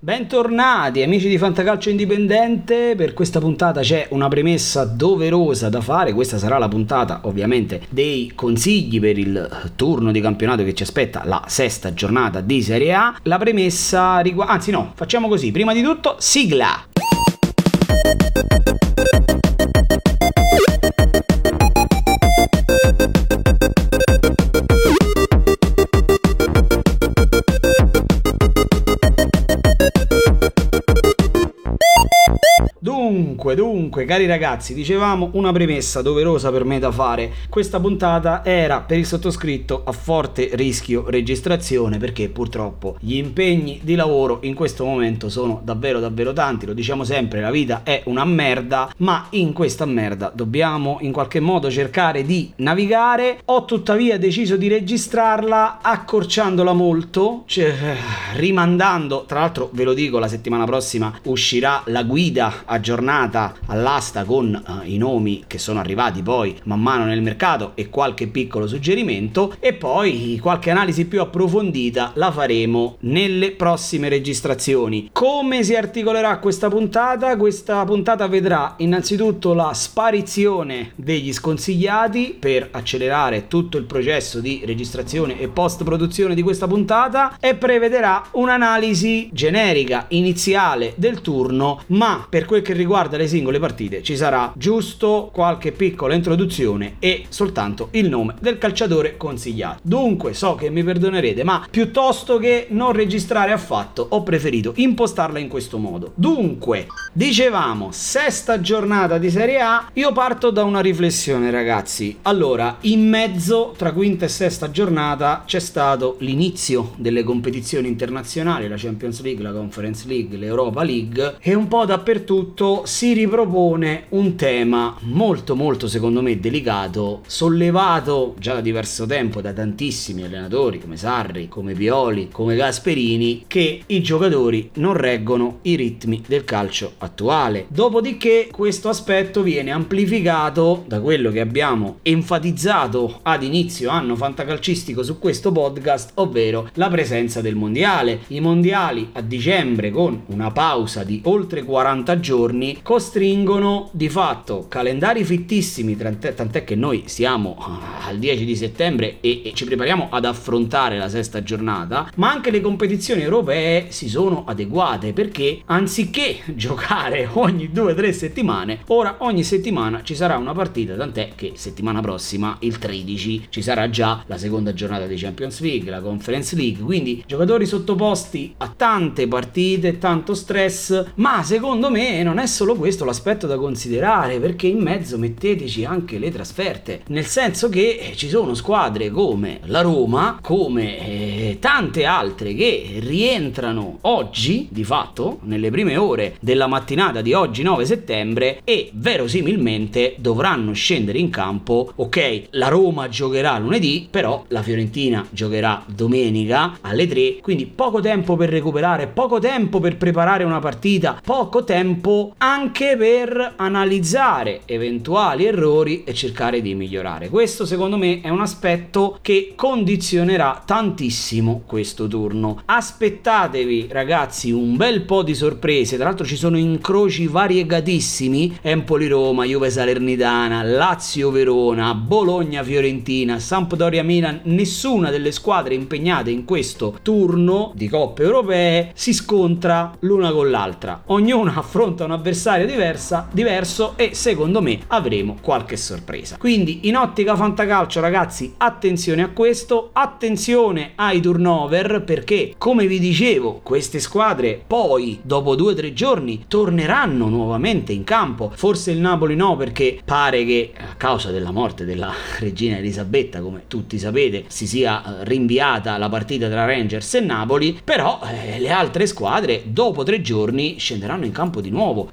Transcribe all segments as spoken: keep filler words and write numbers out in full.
Bentornati amici di Fantacalcio Indipendente, per questa puntata c'è una premessa doverosa da fare. Questa sarà la puntata ovviamente dei consigli per il turno di campionato che ci aspetta, la sesta giornata di Serie A. La premessa riguarda, anzi no, facciamo così, prima di tutto sigla! Dunque, dunque, cari ragazzi, dicevamo una premessa doverosa per me da fare. Questa puntata era per il sottoscritto a forte rischio registrazione perché purtroppo gli impegni di lavoro in questo momento sono davvero davvero tanti. Lo diciamo sempre, la vita è una merda, ma in questa merda dobbiamo in qualche modo cercare di navigare. Ho tuttavia deciso di registrarla accorciandola molto, cioè, rimandando, tra l'altro ve lo dico, la settimana prossima uscirà la guida aggiornata all'asta con uh, i nomi che sono arrivati poi man mano nel mercato e qualche piccolo suggerimento, e poi qualche analisi più approfondita la faremo nelle prossime registrazioni. Come si articolerà questa puntata? Questa puntata vedrà innanzitutto la sparizione degli sconsigliati per accelerare tutto il processo di registrazione e post produzione di questa puntata, e prevederà un'analisi generica iniziale del turno, ma per quel che riguarda le singole partite ci sarà giusto qualche piccola introduzione e soltanto il nome del calciatore consigliato. Dunque so che mi perdonerete, ma piuttosto che non registrare affatto ho preferito impostarla in questo modo. Dunque, dicevamo sesta giornata di Serie A. Io parto da una riflessione, ragazzi. Allora, in mezzo tra quinta e sesta giornata c'è stato l'inizio delle competizioni internazionali, la Champions League, la Conference League, l'Europa League, e un po' dappertutto si ripropone un tema molto molto secondo me delicato, sollevato già da diverso tempo da tantissimi allenatori come Sarri, come Pioli, come Gasperini, che i giocatori non reggono i ritmi del calcio attuale. Dopodiché questo aspetto viene amplificato da quello che abbiamo enfatizzato ad inizio anno fantacalcistico su questo podcast, ovvero la presenza del mondiale. I mondiali a dicembre, con una pausa di oltre quaranta giorni, costringono di fatto calendari fittissimi, tant'è, tant'è che noi siamo al dieci di settembre e, e ci prepariamo ad affrontare la sesta giornata, ma anche le competizioni europee si sono adeguate, perché anziché giocare ogni due o tre settimane, ora ogni settimana ci sarà una partita, tant'è che settimana prossima, il tredici, ci sarà già la seconda giornata di Champions League, la Conference League, quindi giocatori sottoposti a tante partite, tanto stress. Ma secondo me non è solo questo l'aspetto da considerare, perché in mezzo metteteci anche le trasferte, nel senso che ci sono squadre come la Roma, come eh, tante altre che rientrano oggi di fatto nelle prime ore della mattinata di oggi nove settembre e verosimilmente dovranno scendere in campo. Ok, la Roma giocherà lunedì, però la Fiorentina giocherà domenica alle tre, quindi poco tempo per recuperare, poco tempo per preparare una partita, poco tempo anche per analizzare eventuali errori e cercare di migliorare. Questo secondo me è un aspetto che condizionerà tantissimo questo turno. Aspettatevi ragazzi un bel po' di sorprese, tra l'altro ci sono incroci variegatissimi: Empoli-Roma, Juve-Salernitana, Lazio-Verona, Bologna-Fiorentina, Sampdoria-Milan. Nessuna delle squadre impegnate in questo turno di coppe europee si scontra l'una con l'altra, ognuna affronta un avversario diversa, diverso e secondo me avremo qualche sorpresa. Quindi in ottica fantacalcio ragazzi, attenzione a questo, attenzione ai turnover, perché come vi dicevo queste squadre poi dopo due o tre giorni torneranno nuovamente in campo. Forse il Napoli no, perché pare che a causa della morte della regina Elisabetta, come tutti sapete, si sia rinviata la partita tra Rangers e Napoli, però eh, le altre squadre dopo tre giorni scenderanno in campo di nuovo per completare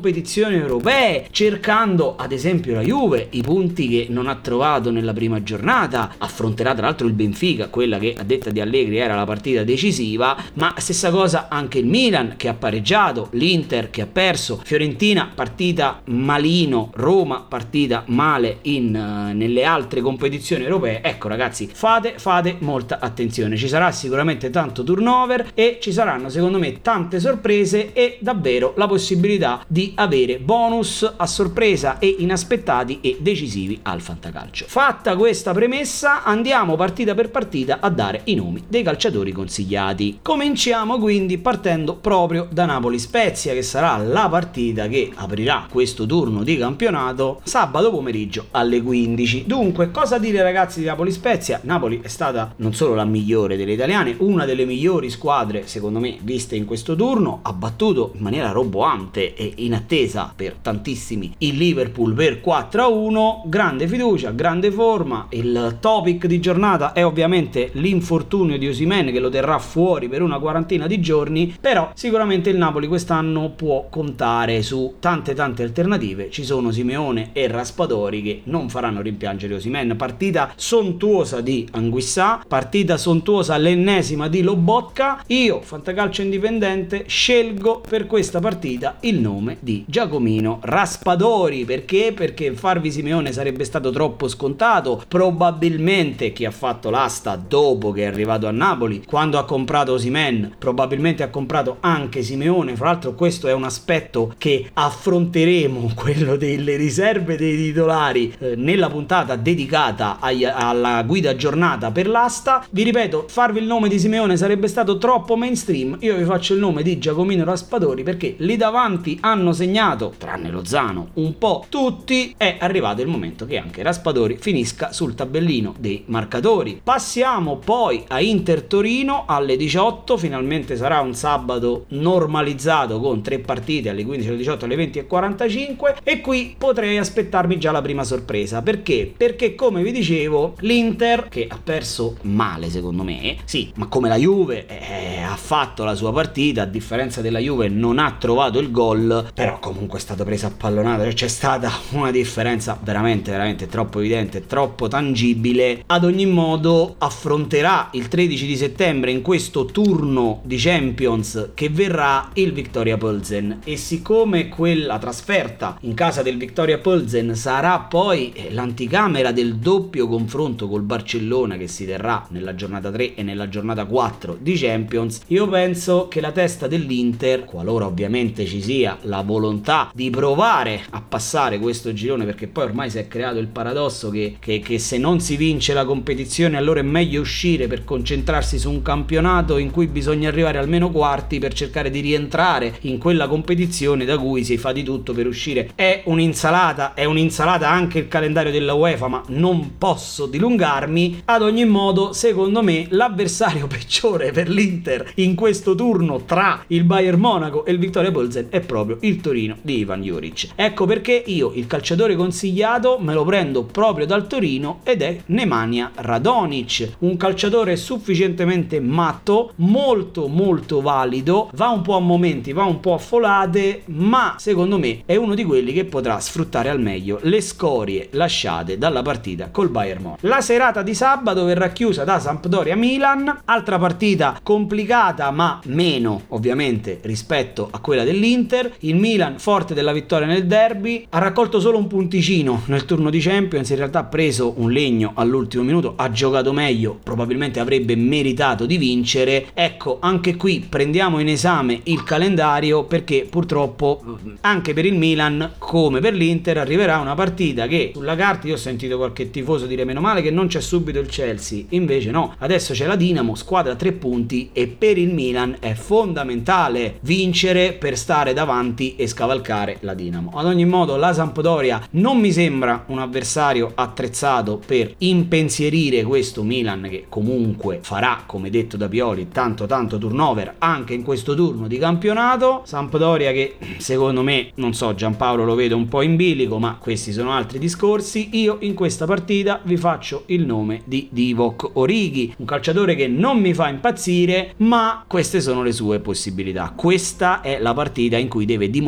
competizioni europee, cercando ad esempio la Juve i punti che non ha trovato nella prima giornata. Affronterà tra l'altro il Benfica, quella che a detta di Allegri era la partita decisiva, ma stessa cosa anche il Milan che ha pareggiato, l'Inter che ha perso, Fiorentina partita malino, Roma partita male in, uh, nelle altre competizioni europee. Ecco ragazzi, fate, fate molta attenzione, ci sarà sicuramente tanto turnover e ci saranno secondo me tante sorprese e davvero la possibilità di avere bonus a sorpresa e inaspettati e decisivi al fantacalcio. Fatta questa premessa, andiamo partita per partita a dare i nomi dei calciatori consigliati. Cominciamo quindi partendo proprio da Napoli-Spezia, che sarà la partita che aprirà questo turno di campionato sabato pomeriggio alle quindici. Dunque, cosa dire ragazzi di Napoli-Spezia? Napoli è stata non solo la migliore delle italiane, una delle migliori squadre secondo me viste in questo turno, ha battuto in maniera roboante e inattesa per tantissimi il Liverpool per quattro a uno, grande fiducia, grande forma. Il topic di giornata è ovviamente l'infortunio di Osimhen che lo terrà fuori per una quarantina di giorni, però sicuramente il Napoli quest'anno può contare su tante tante alternative. Ci sono Simeone e Raspadori che non faranno rimpiangere Osimhen. Partita sontuosa di Anguissà, partita sontuosa l'ennesima di Lobotka. Io, fantacalcio indipendente, scelgo per questa partita il nome di Giacomino Raspadori. Perché? Perché farvi Simeone sarebbe stato troppo scontato. Probabilmente chi ha fatto l'asta dopo che è arrivato a Napoli, quando ha comprato Osimhen, probabilmente ha comprato anche Simeone. Fra l'altro questo è un aspetto che affronteremo, quello delle riserve dei titolari, eh, nella puntata dedicata ai, alla guida giornata per l'asta. Vi ripeto, farvi il nome di Simeone sarebbe stato troppo mainstream. Io vi faccio il nome di Giacomino Raspadori perché lì davanti hanno segnato, tranne Lozano, un po' tutti. È arrivato il momento che anche Raspadori finisca sul tabellino dei marcatori. Passiamo poi a Inter Torino alle diciotto, finalmente sarà un sabato normalizzato con tre partite alle quindici, alle diciotto, alle venti e quarantacinque, e qui potrei aspettarmi già la prima sorpresa. Perché? Perché come vi dicevo l'Inter, che ha perso male secondo me, sì, ma come la Juve eh, ha fatto la sua partita, a differenza della Juve non ha trovato il gol, però comunque è stata presa a pallonata, cioè c'è stata una differenza veramente veramente troppo evidente, troppo tangibile. Ad ogni modo affronterà il tredici di settembre in questo turno di Champions che verrà il Viktoria Plzen, e siccome quella trasferta in casa del Viktoria Plzen sarà poi l'anticamera del doppio confronto col Barcellona che si terrà nella giornata tre e nella giornata quattro di Champions, io penso che la testa dell'Inter, qualora ovviamente ci sia la volontà di provare a passare questo girone, perché poi ormai si è creato il paradosso che, che, che se non si vince la competizione allora è meglio uscire per concentrarsi su un campionato in cui bisogna arrivare almeno quarti per cercare di rientrare in quella competizione da cui si fa di tutto per uscire. È un'insalata, è un'insalata anche il calendario della UEFA, ma non posso dilungarmi. Ad ogni modo, secondo me l'avversario peggiore per l'Inter in questo turno tra il Bayern Monaco e il Viktoria Plzen è proprio il Torino di Ivan Juric. Ecco perché io il calciatore consigliato me lo prendo proprio dal Torino ed è Nemanja Radonic, un calciatore sufficientemente matto, molto molto valido, va un po' a momenti, va un po' a folate, ma secondo me è uno di quelli che potrà sfruttare al meglio le scorie lasciate dalla partita col Bayern Monaco. La serata di sabato verrà chiusa da Sampdoria Milan, altra partita complicata ma meno ovviamente rispetto a quella dell'Inter. Il Milan, forte della vittoria nel derby, ha raccolto solo un punticino nel turno di Champions, in realtà ha preso un legno all'ultimo minuto, ha giocato meglio, probabilmente avrebbe meritato di vincere. Ecco, anche qui prendiamo in esame il calendario, perché purtroppo anche per il Milan come per l'Inter arriverà una partita che sulla carta, io ho sentito qualche tifoso dire meno male che non c'è subito il Chelsea, invece no, adesso c'è la Dinamo, squadra a tre punti, e per il Milan è fondamentale vincere per stare davanti e scavalcare la Dinamo. Ad ogni modo la Sampdoria non mi sembra un avversario attrezzato per impensierire questo Milan, che comunque farà, come detto da Pioli, tanto tanto turnover anche in questo turno di campionato. Sampdoria che secondo me, non so, Giampaolo lo vedo un po' in bilico, ma questi sono altri discorsi. Io in questa partita vi faccio il nome di Divock Origi, un calciatore che non mi fa impazzire, ma queste sono le sue possibilità. Questa è la partita in cui deve dimostrare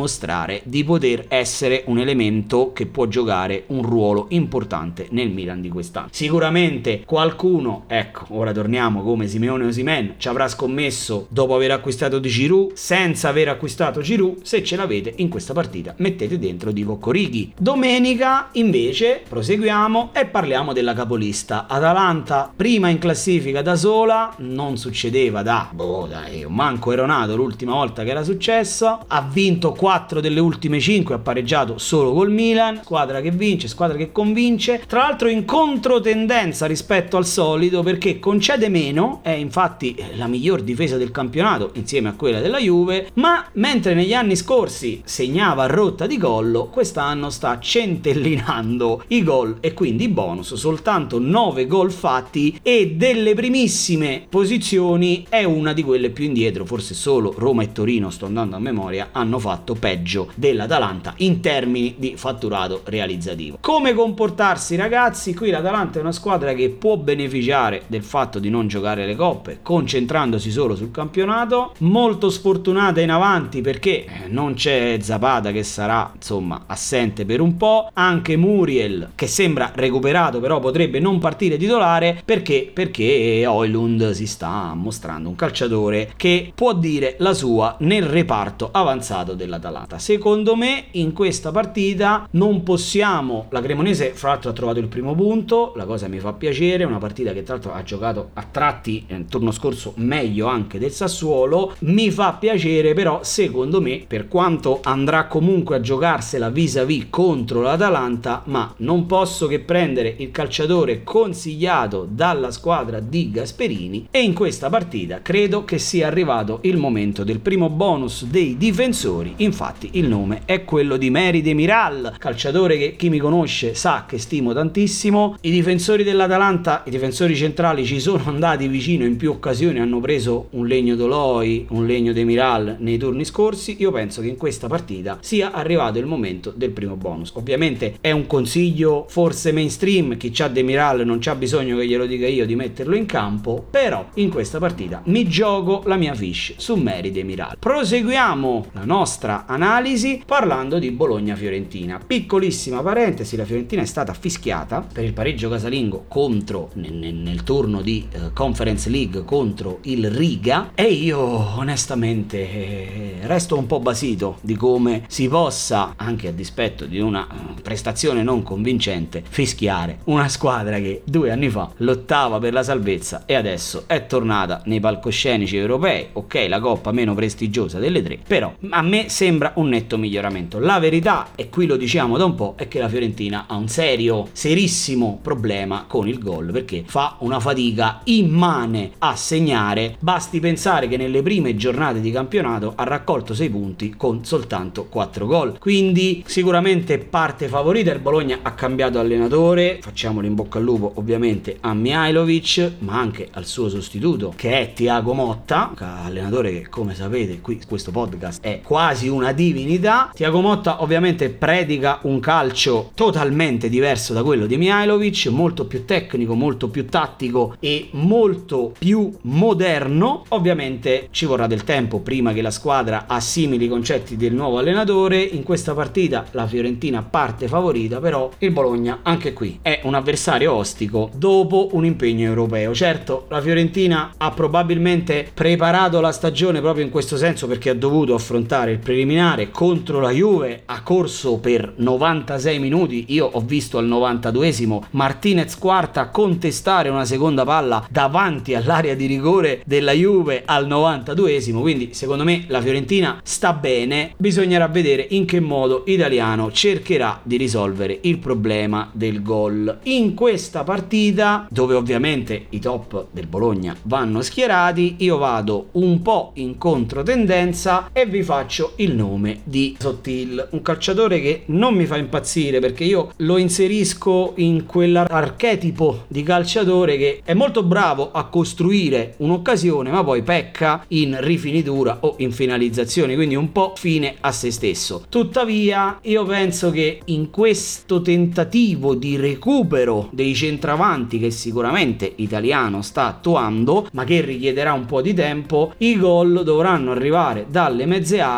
dimostrare di poter essere un elemento che può giocare un ruolo importante nel Milan di quest'anno. Sicuramente qualcuno, ecco, ora torniamo come Simeone Osimhen, ci avrà scommesso dopo aver acquistato di Giroud, senza aver acquistato Giroud. Se ce l'avete in questa partita mettete dentro Divock Origi. Domenica invece proseguiamo e parliamo della capolista. Atalanta prima in classifica da sola, non succedeva da boh dai un manco eronato l'ultima volta che era successo, ha vinto quattro delle ultime cinque, ha pareggiato solo col Milan, squadra che vince, squadra che convince, tra l'altro in controtendenza rispetto al solito perché concede meno, è infatti la miglior difesa del campionato insieme a quella della Juve, ma mentre negli anni scorsi segnava a rotta di collo, quest'anno sta centellinando i gol e quindi i bonus, soltanto nove gol fatti e delle primissime posizioni è una di quelle più indietro, forse solo Roma e Torino, sto andando a memoria, hanno fatto peggio dell'Atalanta in termini di fatturato realizzativo. Come comportarsi ragazzi? Qui l'Atalanta è una squadra che può beneficiare del fatto di non giocare le coppe concentrandosi solo sul campionato, molto sfortunata in avanti perché non c'è Zapata che sarà insomma assente per un po', anche Muriel che sembra recuperato però potrebbe non partire titolare perché perché Højlund si sta mostrando un calciatore che può dire la sua nel reparto avanzato dell'Atalanta. Secondo me in questa partita non possiamo, la Cremonese fra l'altro ha trovato il primo punto, la cosa mi fa piacere, una partita che tra l'altro ha giocato a tratti nel turno scorso meglio anche del Sassuolo, mi fa piacere, però secondo me per quanto andrà comunque a giocarsela vis-à-vis contro l'Atalanta, ma non posso che prendere il calciatore consigliato dalla squadra di Gasperini e in questa partita credo che sia arrivato il momento del primo bonus dei difensori. Infatti il nome è quello di Merih Demiral, calciatore che chi mi conosce sa che stimo tantissimo. I difensori dell'Atalanta, i difensori centrali ci sono andati vicino in più occasioni, hanno preso un legno Toloi, un legno Demiral nei turni scorsi. Io penso che in questa partita sia arrivato il momento del primo bonus. Ovviamente è un consiglio forse mainstream, chi c'ha Demiral non c'ha bisogno che glielo dica io di metterlo in campo, però in questa partita mi gioco la mia fish su Merih Demiral. Proseguiamo la nostra analisi parlando di Bologna-Fiorentina. Piccolissima parentesi, la Fiorentina è stata fischiata per il pareggio casalingo contro nel, nel, nel turno di uh, Conference League contro il Riga e io onestamente eh, resto un po' basito di come si possa, anche a dispetto di una uh, prestazione non convincente, fischiare una squadra che due anni fa lottava per la salvezza e adesso è tornata nei palcoscenici europei. Ok, la coppa meno prestigiosa delle tre, però a me sembra un netto miglioramento. La verità, e qui lo diciamo da un po', è che la Fiorentina ha un serio, serissimo problema con il gol perché fa una fatica immane a segnare. Basti pensare che nelle prime giornate di campionato ha raccolto sei punti con soltanto quattro gol, quindi sicuramente parte favorita. Il Bologna ha cambiato allenatore, facciamolo in bocca al lupo ovviamente a Mihajlovic ma anche al suo sostituto che è Thiago Motta, allenatore che come sapete qui questo podcast è quasi una divinità. Thiago Motta ovviamente predica un calcio totalmente diverso da quello di Mihajlovic, molto più tecnico, molto più tattico e molto più moderno. Ovviamente ci vorrà del tempo prima che la squadra assimili i concetti del nuovo allenatore. In questa partita la Fiorentina parte favorita, però il Bologna anche qui è un avversario ostico dopo un impegno europeo. Certo, la Fiorentina ha probabilmente preparato la stagione proprio in questo senso perché ha dovuto affrontare il preliminare contro la Juve, ha corso per novantasei minuti, io ho visto al novantaduesimo Martinez Quarta contestare una seconda palla davanti all'area di rigore della Juve al novantaduesimo, quindi secondo me la Fiorentina sta bene, bisognerà vedere in che modo Italiano cercherà di risolvere il problema del gol in questa partita, dove ovviamente i top del Bologna vanno schierati. Io vado un po' in controtendenza e vi faccio il nome di Sottil, un calciatore che non mi fa impazzire perché io lo inserisco in quell'archetipo di calciatore che è molto bravo a costruire un'occasione ma poi pecca in rifinitura o in finalizzazione, quindi un po' fine a se stesso. Tuttavia io penso che in questo tentativo di recupero dei centravanti che sicuramente Italiano sta attuando ma che richiederà un po' di tempo, i gol dovranno arrivare dalle mezze ali e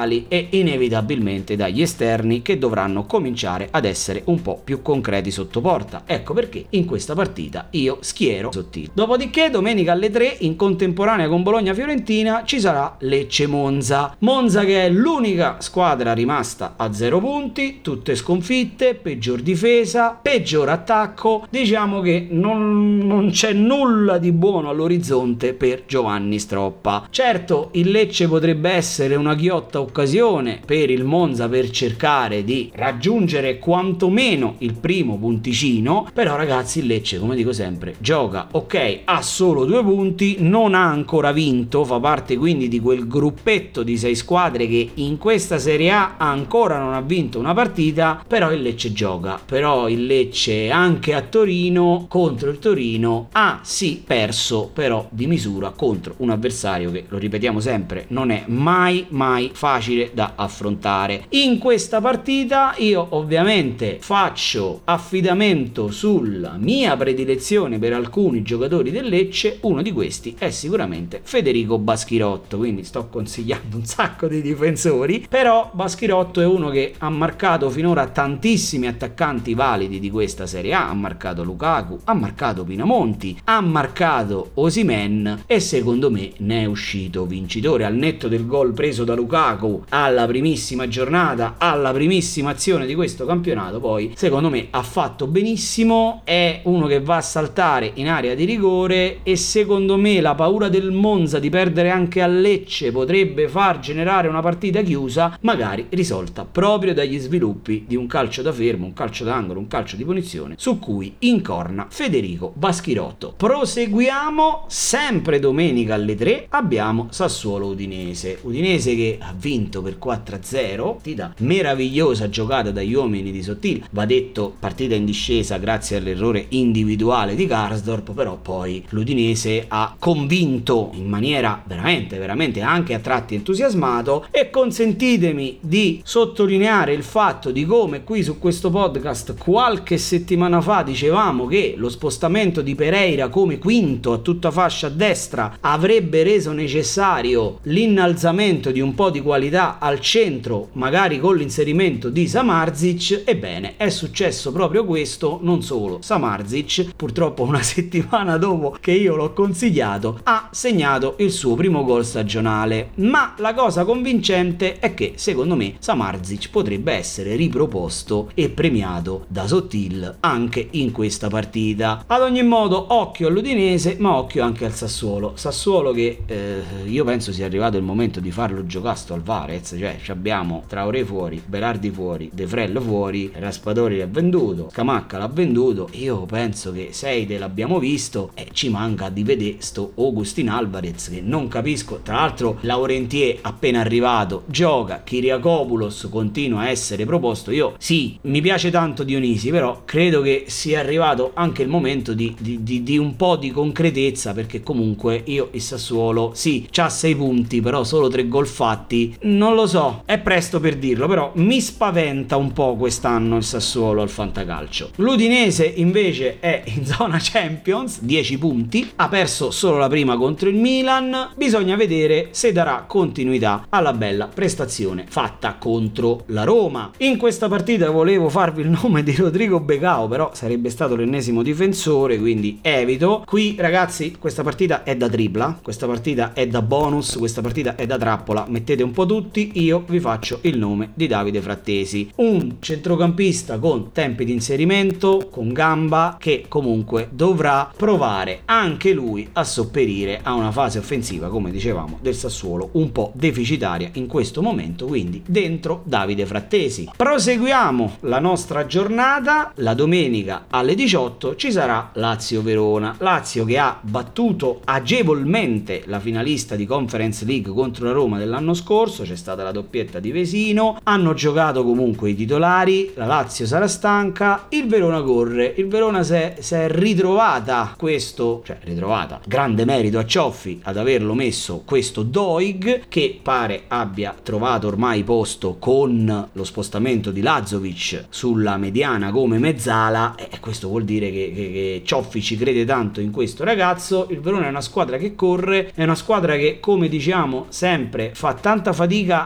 e inevitabilmente dagli esterni che dovranno cominciare ad essere un po' più concreti sotto porta. Ecco perché in questa partita io schiero Sottile. Dopodiché domenica alle tre in contemporanea con Bologna-Fiorentina ci sarà Lecce-Monza. Monza che è l'unica squadra rimasta a zero punti, tutte sconfitte, peggior difesa, peggior attacco. Diciamo che non, non c'è nulla di buono all'orizzonte per Giovanni Stroppa. Certo, il Lecce potrebbe essere una ghiotta occasione per il Monza per cercare di raggiungere quantomeno il primo punticino, però ragazzi il Lecce, come dico sempre, gioca, ok, ha solo due punti, non ha ancora vinto, fa parte quindi di quel gruppetto di sei squadre che in questa Serie A ancora non ha vinto una partita, però il Lecce gioca, però il Lecce anche a Torino, contro il Torino, ha sì perso però di misura contro un avversario che, lo ripetiamo sempre, non è mai mai facile da affrontare. In questa partita io ovviamente faccio affidamento sulla mia predilezione per alcuni giocatori del Lecce, uno di questi è sicuramente Federico Baschirotto, quindi sto consigliando un sacco di difensori, però Baschirotto è uno che ha marcato finora tantissimi attaccanti validi di questa Serie A, ha marcato Lukaku, ha marcato Pinamonti, ha marcato Osimhen e secondo me ne è uscito vincitore, al netto del gol preso da Lukaku alla primissima giornata, alla primissima azione di questo campionato. Poi secondo me ha fatto benissimo, è uno che va a saltare in area di rigore e secondo me la paura del Monza di perdere anche a Lecce potrebbe far generare una partita chiusa, magari risolta proprio dagli sviluppi di un calcio da fermo, un calcio d'angolo, un calcio di punizione su cui incorna Federico Baschirotto. Proseguiamo sempre domenica alle tre, abbiamo Sassuolo Udinese. Udinese che ha vinto per quattro a zero, partita meravigliosa giocata dagli uomini di Sottile, va detto partita in discesa grazie all'errore individuale di Karsdorp, però poi l'Udinese ha convinto in maniera veramente veramente anche a tratti entusiasmato, e consentitemi di sottolineare il fatto di come qui su questo podcast qualche settimana fa dicevamo che lo spostamento di Pereira come quinto a tutta fascia a destra avrebbe reso necessario l'innalzamento di un po' di qualità al centro, magari con l'inserimento di Samardzic. Ebbene, è successo proprio questo. Non solo, Samardzic purtroppo una settimana dopo che io l'ho consigliato ha segnato il suo primo gol stagionale, ma la cosa convincente è che secondo me Samardzic potrebbe essere riproposto e premiato da Sottile anche in questa partita. Ad ogni modo occhio all'Udinese, ma occhio anche al Sassuolo. Sassuolo che eh, io penso sia arrivato il momento di farlo giocare sto Alvarez, cioè abbiamo Traoré fuori, Berardi fuori, De Frel fuori, Raspadori l'ha venduto, Scamacca l'ha venduto, io penso che Seide l'abbiamo visto e ci manca di vedere sto Augustin Alvarez che non capisco. Tra l'altro Laurentier appena arrivato gioca, Kyriakopoulos continua a essere proposto. Io sì, mi piace tanto Dionisi, però credo che sia arrivato anche il momento di, di, di, di un po' di concretezza, perché comunque io il Sassuolo sì, c'ha sei punti, però solo tre gol fatti, non lo so, è presto per dirlo, però mi spaventa un po' quest'anno il Sassuolo al fantacalcio. L'Udinese invece è in zona Champions, dieci punti, ha perso solo la prima contro il Milan, bisogna vedere se darà continuità alla bella prestazione fatta contro la Roma. In questa partita volevo farvi il nome di Rodrigo Becao, però sarebbe stato l'ennesimo difensore, quindi evito. Qui ragazzi questa partita è da tripla, questa partita è da bonus, questa partita è da trappola, mettete un po' tutti, io vi faccio il nome di Davide Frattesi, un centrocampista con tempi di inserimento, con gamba, che comunque dovrà provare anche lui a sopperire a una fase offensiva, come dicevamo, del Sassuolo un po' deficitaria in questo momento, quindi dentro Davide Frattesi. Proseguiamo la nostra giornata, la domenica alle diciotto ci sarà Lazio-Verona, Lazio che ha battuto agevolmente la finalista di Conference League contro la Roma dell'anno scorso, c'è stata la doppietta di Vesino, hanno giocato comunque i titolari, la Lazio sarà stanca, il Verona corre, il Verona si è, si è ritrovata questo, cioè ritrovata, grande merito a Cioffi ad averlo messo questo Doig, che pare abbia trovato ormai posto con lo spostamento di Lazovic sulla mediana come mezzala, e questo vuol dire che, che, che Cioffi ci crede tanto in questo ragazzo. Il Verona è una squadra che corre, è una squadra che, come diciamo sempre, fa tanta fatica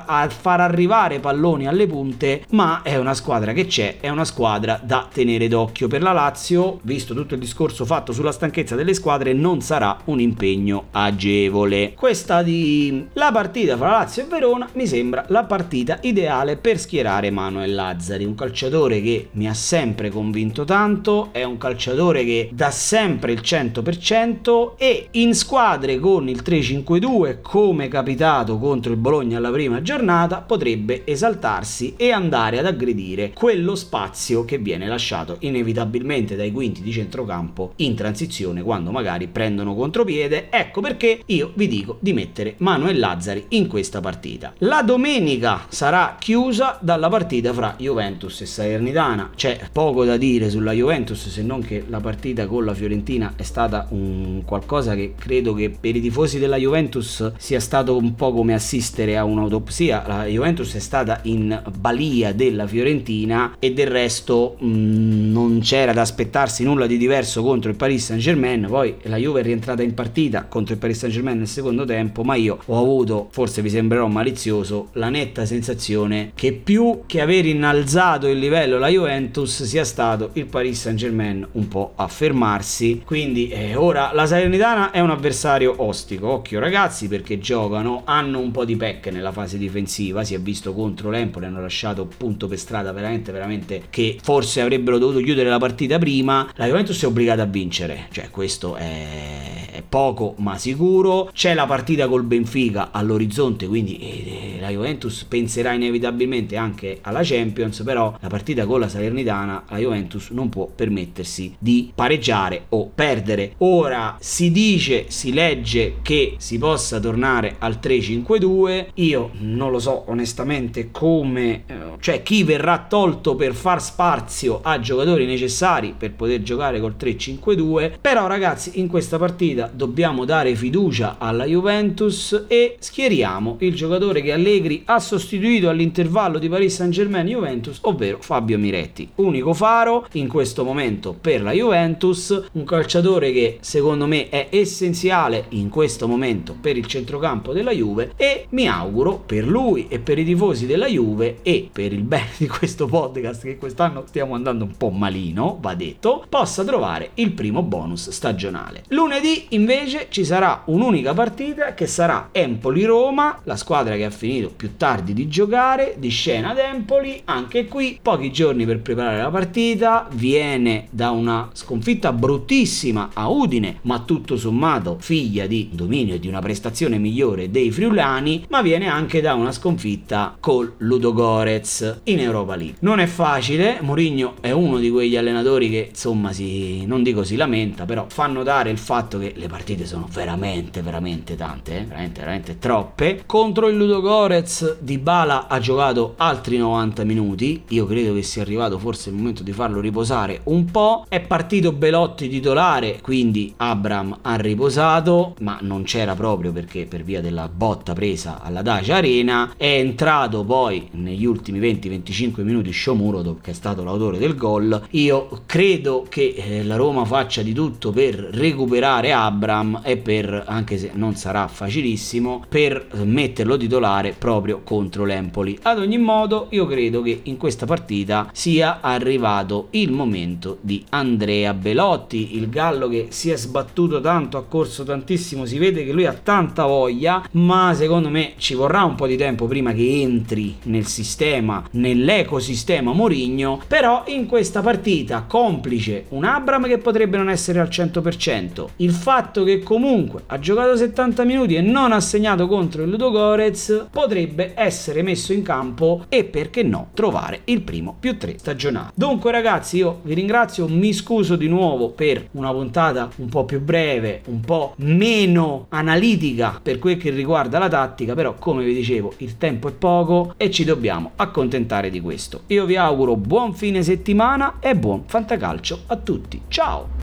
a far arrivare palloni alle punte, ma è una squadra che c'è, è una squadra da tenere d'occhio. Per la Lazio, visto tutto il discorso fatto sulla stanchezza delle squadre, non sarà un impegno agevole. Questa di la partita fra Lazio e Verona mi sembra la partita ideale per schierare Manuel Lazzari, un calciatore che mi ha sempre convinto tanto, è un calciatore che dà sempre il cento per cento e in squadre con il tre cinque due, come capitato contro il Bologna alla prima giornata, potrebbe esaltarsi e andare ad aggredire quello spazio che viene lasciato inevitabilmente dai quinti di centrocampo in transizione quando magari prendono contropiede. Ecco perché io vi dico di mettere Manuel Lazzari in questa partita. La domenica sarà chiusa dalla partita fra Juventus e Salernitana. C'è poco da dire sulla Juventus, se non che la partita con la Fiorentina è stata un qualcosa che credo che per i tifosi della Juventus sia stato un po' come assistere a un'autopsia. La Juventus è stata in balia della Fiorentina e del resto mh, non c'era da aspettarsi nulla di diverso contro il Paris Saint-Germain. Poi la Juve è rientrata in partita contro il Paris Saint-Germain nel secondo tempo, ma io ho avuto, forse vi sembrerò malizioso, la netta sensazione che più che aver innalzato il livello la Juventus sia stato il Paris Saint-Germain un po' a fermarsi. Quindi eh, ora la Salernitana è un avversario ostico, occhio ragazzi, perché giocano, hanno un po' di pecche nella fase difensiva, si è visto contro l'Empoli, hanno lasciato punto per strada veramente veramente che forse avrebbero dovuto chiudere la partita prima. La Juventus è obbligata a vincere, cioè questo è, è poco ma sicuro. C'è la partita col Benfica all'orizzonte, quindi eh, la Juventus penserà inevitabilmente anche alla Champions, però la partita con la Salernitana la Juventus non può permettersi di pareggiare o perdere. Ora si dice, si legge che si possa tornare al tre cinque due, io non lo so onestamente come, eh, cioè chi verrà tolto per far spazio a giocatori necessari per poter giocare col tre cinque due, però ragazzi in questa partita dobbiamo dare fiducia alla Juventus e schieriamo il giocatore che Allegri ha sostituito all'intervallo di Paris Saint-Germain Juventus, ovvero Fabio Miretti, unico faro in questo momento per la Juventus, un calciatore che secondo me è essenziale in questo momento per il centrocampo della Juve e mi auguro per lui e per i tifosi della Juve e per il bene di questo podcast, che quest'anno stiamo andando un po' malino, va detto, possa trovare il primo bonus stagionale. Lunedì invece ci sarà un'unica partita che sarà Empoli-Roma, la squadra che ha finito più tardi di giocare, di scena ad Empoli, anche qui pochi giorni per preparare la partita, viene da una sconfitta bruttissima a Udine, ma tutto sommato figlia di dominio e di una prestazione migliore dei friulani, ma viene anche da una sconfitta col Ludogorets in Europa League. Non è facile, Mourinho è uno di quegli allenatori che insomma si, non dico si lamenta, però fa notare il fatto che le partite sono veramente veramente tante, eh? veramente veramente troppe. Contro il Ludogorets Dybala ha giocato altri novanta minuti, io credo che sia arrivato forse il momento di farlo riposare un po'. È partito Belotti titolare, quindi Abraham ha riposato, ma non c'era proprio perché per via della botta presa alla Dacia Arena. È entrato poi negli ultimi venti venticinque minuti Shomurodov, che è stato l'autore del gol. Io credo che eh, la Roma faccia di tutto per recuperare Abraham e per, anche se non sarà facilissimo, per metterlo titolare proprio contro l'Empoli. Ad ogni modo io credo che in questa partita sia arrivato il momento di Andrea Belotti, il gallo che si è sbattuto tanto, ha corso tantissimo, si vede che lui ha tanta voglia, ma secondo me ci vorrà un po' di tempo prima che entri nel sistema, nell'ecosistema Mourinho. Però in questa partita, complice un Abraham che potrebbe non essere al cento per cento, il fatto che comunque ha giocato settanta minuti e non ha segnato contro il Ludogorets, potrebbe essere messo in campo e perché no trovare il primo più tre stagionale. Dunque ragazzi, io vi ringrazio, mi scuso di nuovo per una puntata un po' più breve, un po' meno analitica per quel che riguarda la tattica, però come vi dicevo il tempo è poco e ci dobbiamo accontentare di questo. Io vi auguro buon fine settimana e buon fantacalcio a tutti, ciao!